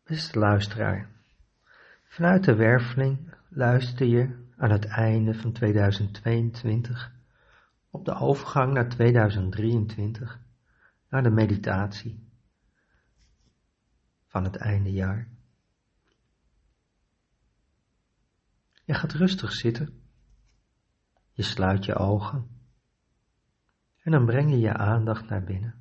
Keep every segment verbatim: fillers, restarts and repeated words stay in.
Beste luisteraar, vanuit de werveling luister je aan het einde van tweeduizend tweeëntwintig op de overgang naar tweeduizend drieëntwintig naar de meditatie van het eindejaar. Je gaat rustig zitten, je sluit je ogen en dan breng je je aandacht naar binnen.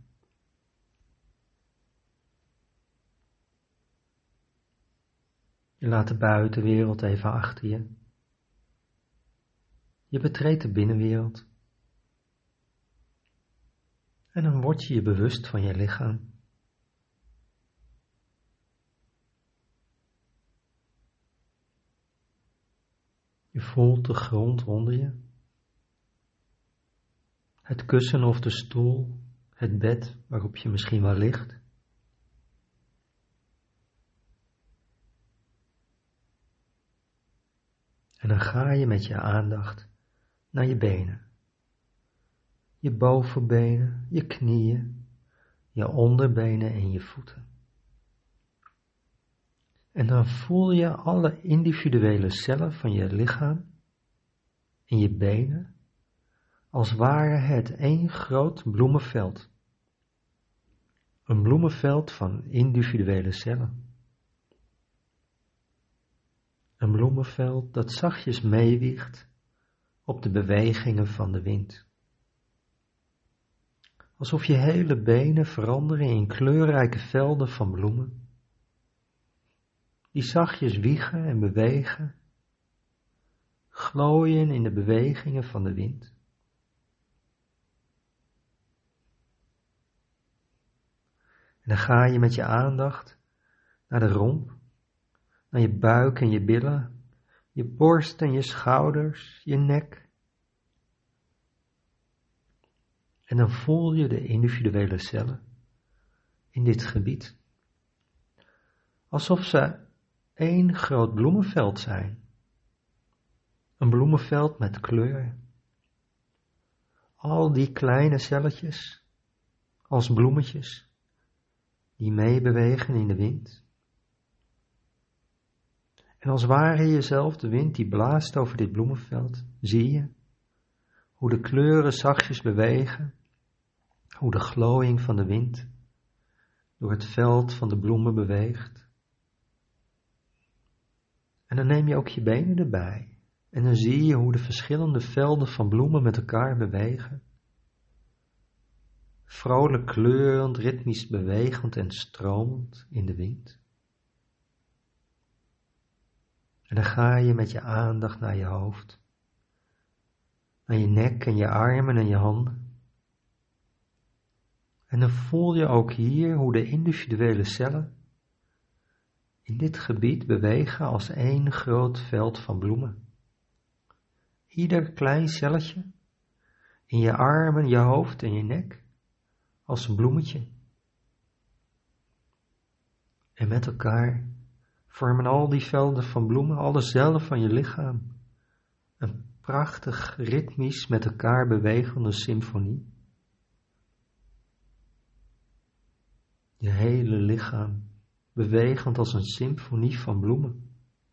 Je laat de buitenwereld even achter je. Je betreedt de binnenwereld. En dan word je je bewust van je lichaam. Je voelt de grond onder je. Het kussen of de stoel, het bed waarop je misschien wel ligt. En dan ga je met je aandacht naar je benen. Je bovenbenen, je knieën, je onderbenen en je voeten. En dan voel je alle individuele cellen van je lichaam en je benen als ware het één groot bloemenveld. Een bloemenveld van individuele cellen. Een bloemenveld dat zachtjes meewiegt op de bewegingen van de wind. Alsof je hele benen veranderen in kleurrijke velden van bloemen, die zachtjes wiegen en bewegen, glooien in de bewegingen van de wind. En dan ga je met je aandacht naar de romp, naar je buik en je billen, je borst en je schouders, je nek. En dan voel je de individuele cellen in dit gebied, alsof ze één groot bloemenveld zijn. Een bloemenveld met kleuren. Al die kleine celletjes, als bloemetjes, die meebewegen in de wind. En als ware jezelf de wind die blaast over dit bloemenveld, zie je hoe de kleuren zachtjes bewegen, hoe de glooiing van de wind door het veld van de bloemen beweegt. En dan neem je ook je benen erbij en dan zie je hoe de verschillende velden van bloemen met elkaar bewegen. Vrolijk kleurend, ritmisch bewegend en stromend in de wind. En dan ga je met je aandacht naar je hoofd, naar je nek en je armen en je handen. En dan voel je ook hier hoe de individuele cellen in dit gebied bewegen als één groot veld van bloemen. Ieder klein celletje in je armen, je hoofd en je nek als een bloemetje. En met elkaar vormen al die velden van bloemen, alle cellen van je lichaam, een prachtig, ritmisch met elkaar bewegende symfonie. Je hele lichaam bewegend als een symfonie van bloemen.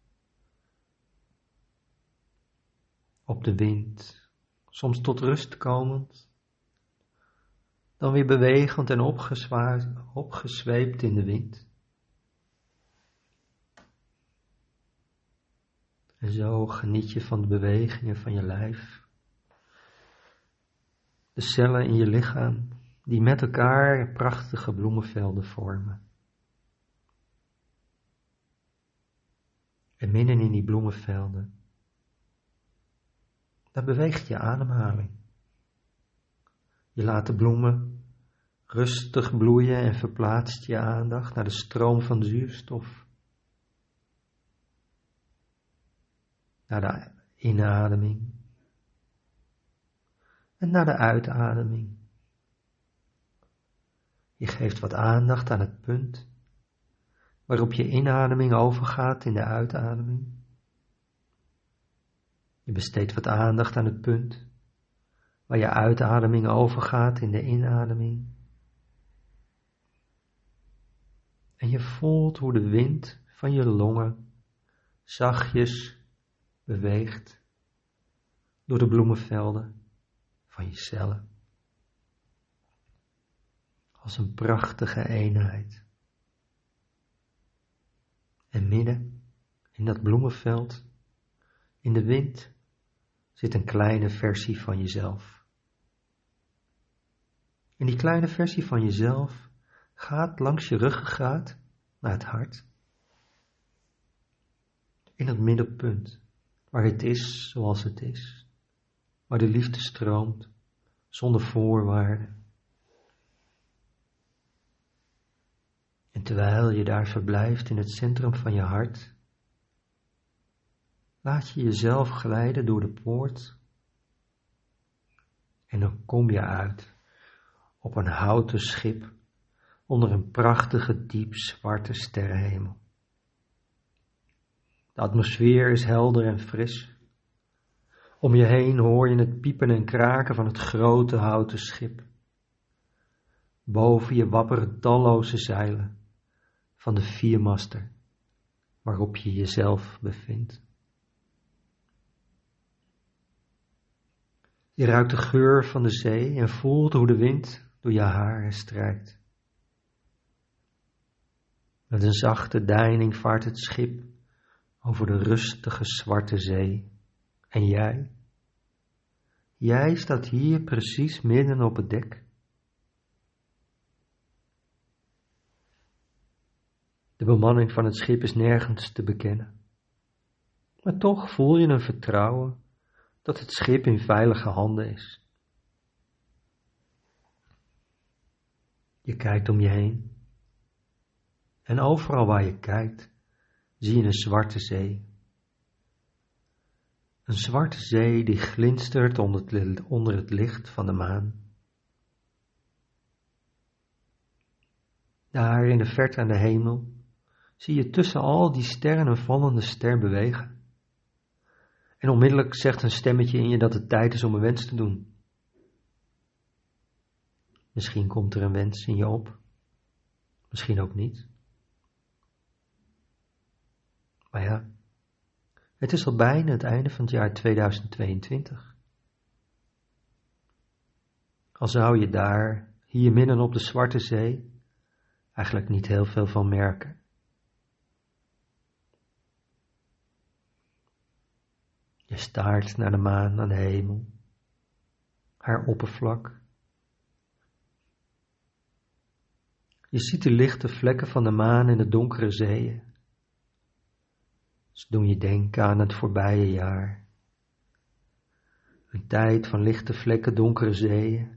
Op de wind, soms tot rust komend, dan weer bewegend en opgezweept in de wind. En zo geniet je van de bewegingen van je lijf. De cellen in je lichaam die met elkaar prachtige bloemenvelden vormen. En midden in die bloemenvelden, daar beweegt je ademhaling. Je laat de bloemen rustig bloeien en verplaatst je aandacht naar de stroom van zuurstof. Naar de inademing en naar de uitademing. Je geeft wat aandacht aan het punt waarop je inademing overgaat in de uitademing. Je besteedt wat aandacht aan het punt waar je uitademing overgaat in de inademing. En je voelt hoe de wind van je longen zachtjes beweegt door de bloemenvelden van je cellen. Als een prachtige eenheid. En midden in dat bloemenveld, in de wind, zit een kleine versie van jezelf. En die kleine versie van jezelf gaat langs je ruggengraat naar het hart. In het middelpunt, waar het is zoals het is. Waar de liefde stroomt, zonder voorwaarden. En terwijl je daar verblijft in het centrum van je hart, laat je jezelf glijden door de poort en dan kom je uit op een houten schip onder een prachtige diep zwarte sterrenhemel. De atmosfeer is helder en fris. Om je heen hoor je het piepen en kraken van het grote houten schip. Boven je wapperen talloze zeilen van de viermaster waarop je jezelf bevindt. Je ruikt de geur van de zee en voelt hoe de wind door je haren strijkt. Met een zachte deining vaart het schip over de rustige zwarte zee. En jij? Jij staat hier precies midden op het dek. De bemanning van het schip is nergens te bekennen. Maar toch voel je een vertrouwen dat het schip in veilige handen is. Je kijkt om je heen. En overal waar je kijkt, zie je een zwarte zee. Een zwarte zee die glinstert onder het licht van de maan. Daar in de verte aan de hemel zie je tussen al die sterren een vallende ster bewegen. En onmiddellijk zegt een stemmetje in je dat het tijd is om een wens te doen. Misschien komt er een wens in je op, misschien ook niet. Maar ja, het is al bijna het einde van het jaar tweeduizend tweeëntwintig. Al zou je daar, hier midden op de Zwarte Zee, eigenlijk niet heel veel van merken. Je staart naar de maan aan de hemel, haar oppervlak. Je ziet de lichte vlekken van de maan in de donkere zeeën. Ze doen je denken aan het voorbije jaar. Een tijd van lichte vlekken donkere zeeën.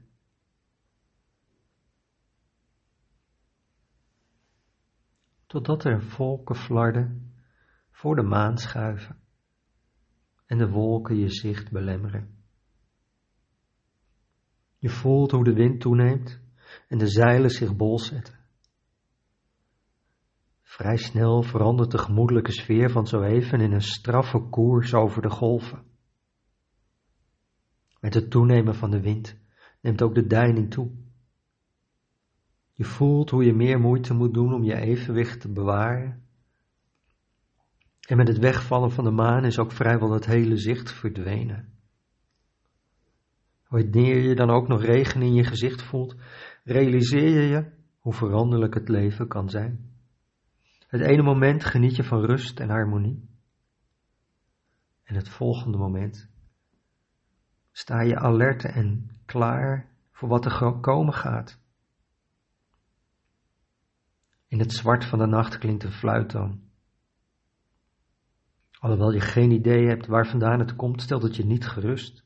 Totdat er wolkenflarden voor de maan schuiven en de wolken je zicht belemmeren. Je voelt hoe de wind toeneemt en de zeilen zich bol zetten. Vrij snel verandert de gemoedelijke sfeer van zo even in een straffe koers over de golven. Met het toenemen van de wind neemt ook de deining toe. Je voelt hoe je meer moeite moet doen om je evenwicht te bewaren. En met het wegvallen van de maan is ook vrijwel het hele zicht verdwenen. Wanneer je dan ook nog regen in je gezicht voelt, realiseer je je hoe veranderlijk het leven kan zijn. Het ene moment geniet je van rust en harmonie. En het volgende moment sta je alert en klaar voor wat er komen gaat. In het zwart van de nacht klinkt een fluittoon. Alhoewel je geen idee hebt waar vandaan het komt, stelt het je niet gerust.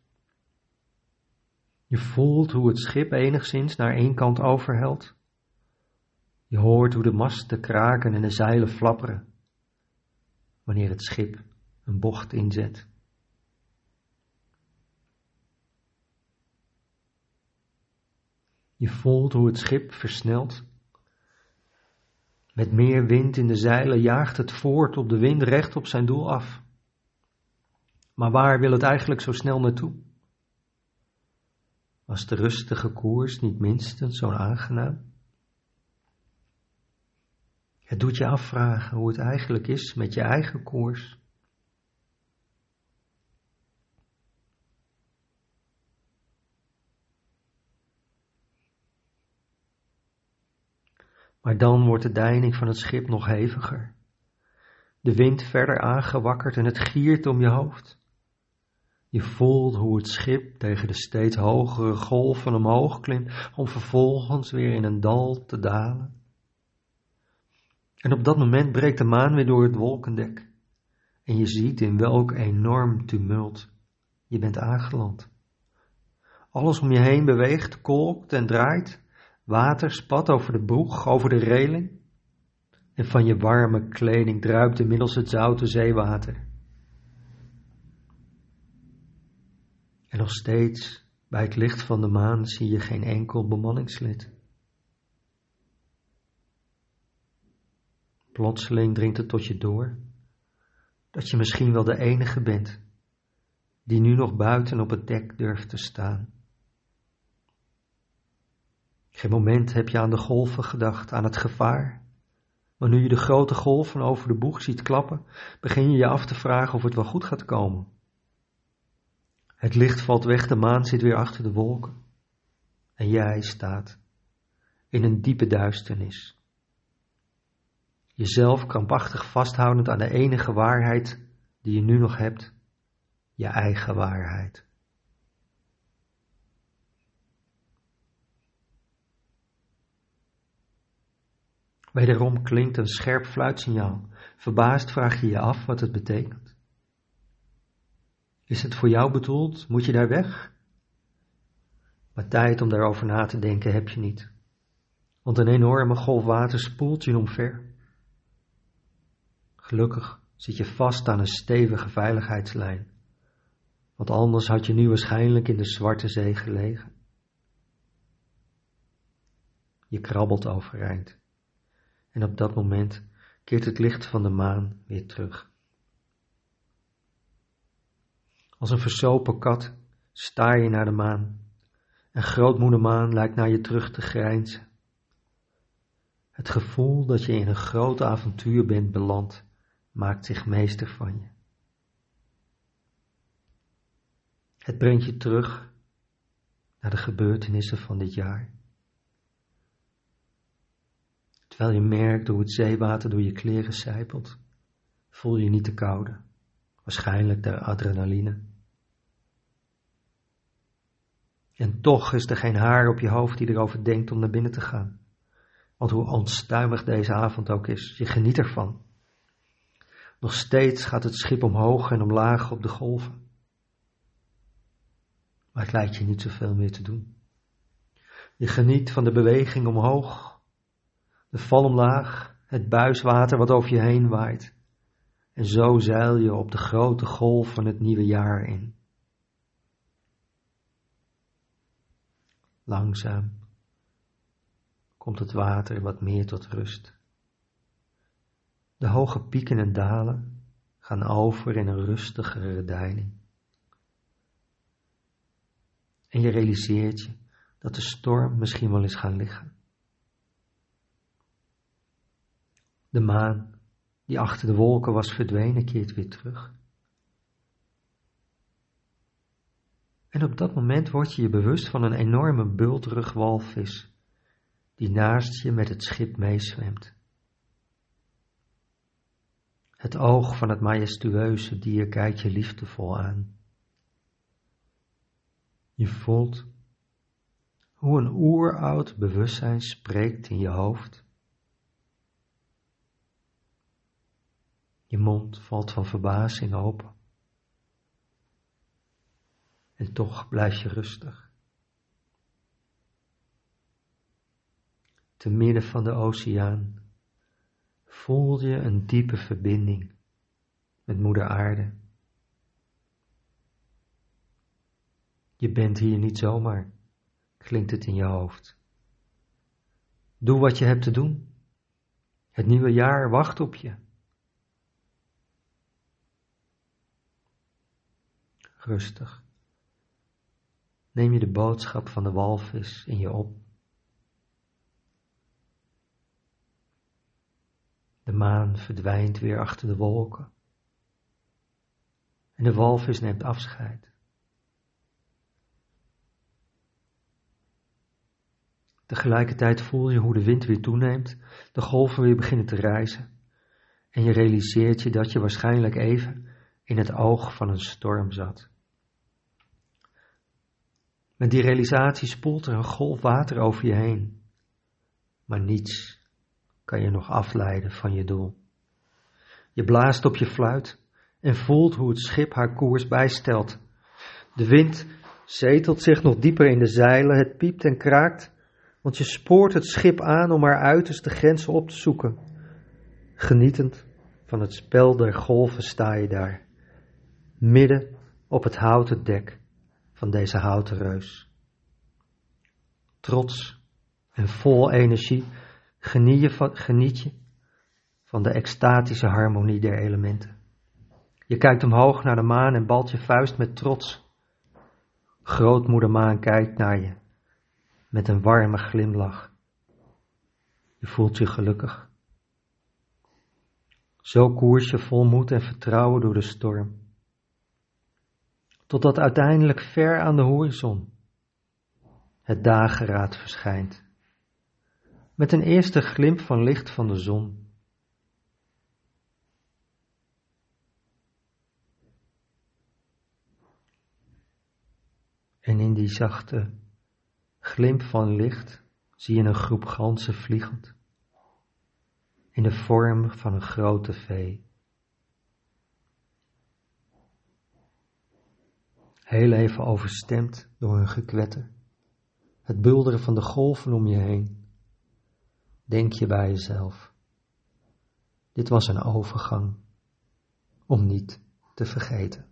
Je voelt hoe het schip enigszins naar één kant overhelt. Je hoort hoe de masten kraken en de zeilen flapperen, wanneer het schip een bocht inzet. Je voelt hoe het schip versnelt. Met meer wind in de zeilen jaagt het voort op de wind recht op zijn doel af. Maar waar wil het eigenlijk zo snel naartoe? Was de rustige koers niet minstens zo aangenaam? Het doet je afvragen hoe het eigenlijk is met je eigen koers. Maar dan wordt de deining van het schip nog heviger. De wind verder aangewakkerd en het giert om je hoofd. Je voelt hoe het schip tegen de steeds hogere golven omhoog klimt om vervolgens weer in een dal te dalen. En op dat moment breekt de maan weer door het wolkendek. En je ziet in welk enorm tumult je bent aangeland. Alles om je heen beweegt, kolkt en draait. Water spat over de boeg, over de reling. En van je warme kleding druipt inmiddels het zoute zeewater. En nog steeds, bij het licht van de maan, zie je geen enkel bemanningslid. Plotseling dringt het tot je door dat je misschien wel de enige bent die nu nog buiten op het dek durft te staan. Geen moment heb je aan de golven gedacht, aan het gevaar. Maar nu je de grote golven over de boeg ziet klappen, begin je je af te vragen of het wel goed gaat komen. Het licht valt weg, de maan zit weer achter de wolken. En jij staat in een diepe duisternis. Jezelf krampachtig vasthoudend aan de enige waarheid die je nu nog hebt, je eigen waarheid. Wederom klinkt een scherp fluitsignaal. Verbaasd vraag je je af wat het betekent. Is het voor jou bedoeld? Moet je daar weg? Maar tijd om daarover na te denken heb je niet. Want een enorme golf water spoelt je omver. Gelukkig zit je vast aan een stevige veiligheidslijn. Want anders had je nu waarschijnlijk in de Zwarte Zee gelegen. Je krabbelt overeind. En op dat moment keert het licht van de maan weer terug. Als een versopen kat staar je naar de maan. En grootmoeder maan lijkt naar je terug te grijnzen. Het gevoel dat je in een groot avontuur bent beland, maakt zich meester van je. Het brengt je terug naar de gebeurtenissen van dit jaar. Terwijl je merkt hoe het zeewater door je kleren sijpelt, voel je niet de koude, waarschijnlijk de adrenaline. En toch is er geen haar op je hoofd die erover denkt om naar binnen te gaan. Want hoe onstuimig deze avond ook is, je geniet ervan. Nog steeds gaat het schip omhoog en omlaag op de golven. Maar het lijkt je niet zoveel meer te doen. Je geniet van de beweging omhoog, de val omlaag, het buiswater wat over je heen waait. En zo zeil je op de grote golf van het nieuwe jaar in. Langzaam komt het water wat meer tot rust. De hoge pieken en dalen gaan over in een rustigere deining. En je realiseert je dat de storm misschien wel is gaan liggen. De maan, die achter de wolken was verdwenen, keert weer terug. En op dat moment word je je bewust van een enorme bultrug walvis, die naast je met het schip meezwemt. Het oog van het majestueuze dier kijkt je liefdevol aan. Je voelt hoe een oeroud bewustzijn spreekt in je hoofd. Je mond valt van verbazing open. En toch blijf je rustig. Te midden van de oceaan voel je een diepe verbinding met Moeder Aarde. Je bent hier niet zomaar, klinkt het in je hoofd. Doe wat je hebt te doen. Het nieuwe jaar wacht op je. Rustig. Neem je de boodschap van de walvis in je op. De maan verdwijnt weer achter de wolken. En de walvis neemt afscheid. Tegelijkertijd voel je hoe de wind weer toeneemt, de golven weer beginnen te rijzen. En je realiseert je dat je waarschijnlijk even in het oog van een storm zat. Met die realisatie spoelt er een golf water over je heen. Maar niets kan je nog afleiden van je doel. Je blaast op je fluit en voelt hoe het schip haar koers bijstelt. De wind zetelt zich nog dieper in de zeilen, het piept en kraakt, want je spoort het schip aan om haar uiterste grenzen op te zoeken. Genietend van het spel der golven sta je daar, midden op het houten dek van deze houten reus. Trots en vol energie geniet je van, geniet je van de extatische harmonie der elementen. Je kijkt omhoog naar de maan en balt je vuist met trots. Grootmoeder maan kijkt naar je met een warme glimlach. Je voelt je gelukkig. Zo koers je vol moed en vertrouwen door de storm. Totdat uiteindelijk ver aan de horizon het dageraad verschijnt. Met een eerste glimp van licht van de zon. En in die zachte glimp van licht zie je een groep ganzen vliegend. In de vorm van een grote vee. Heel even overstemd door hun gekwetter. Het bulderen van de golven om je heen. Denk je bij jezelf. Dit was een overgang om niet te vergeten.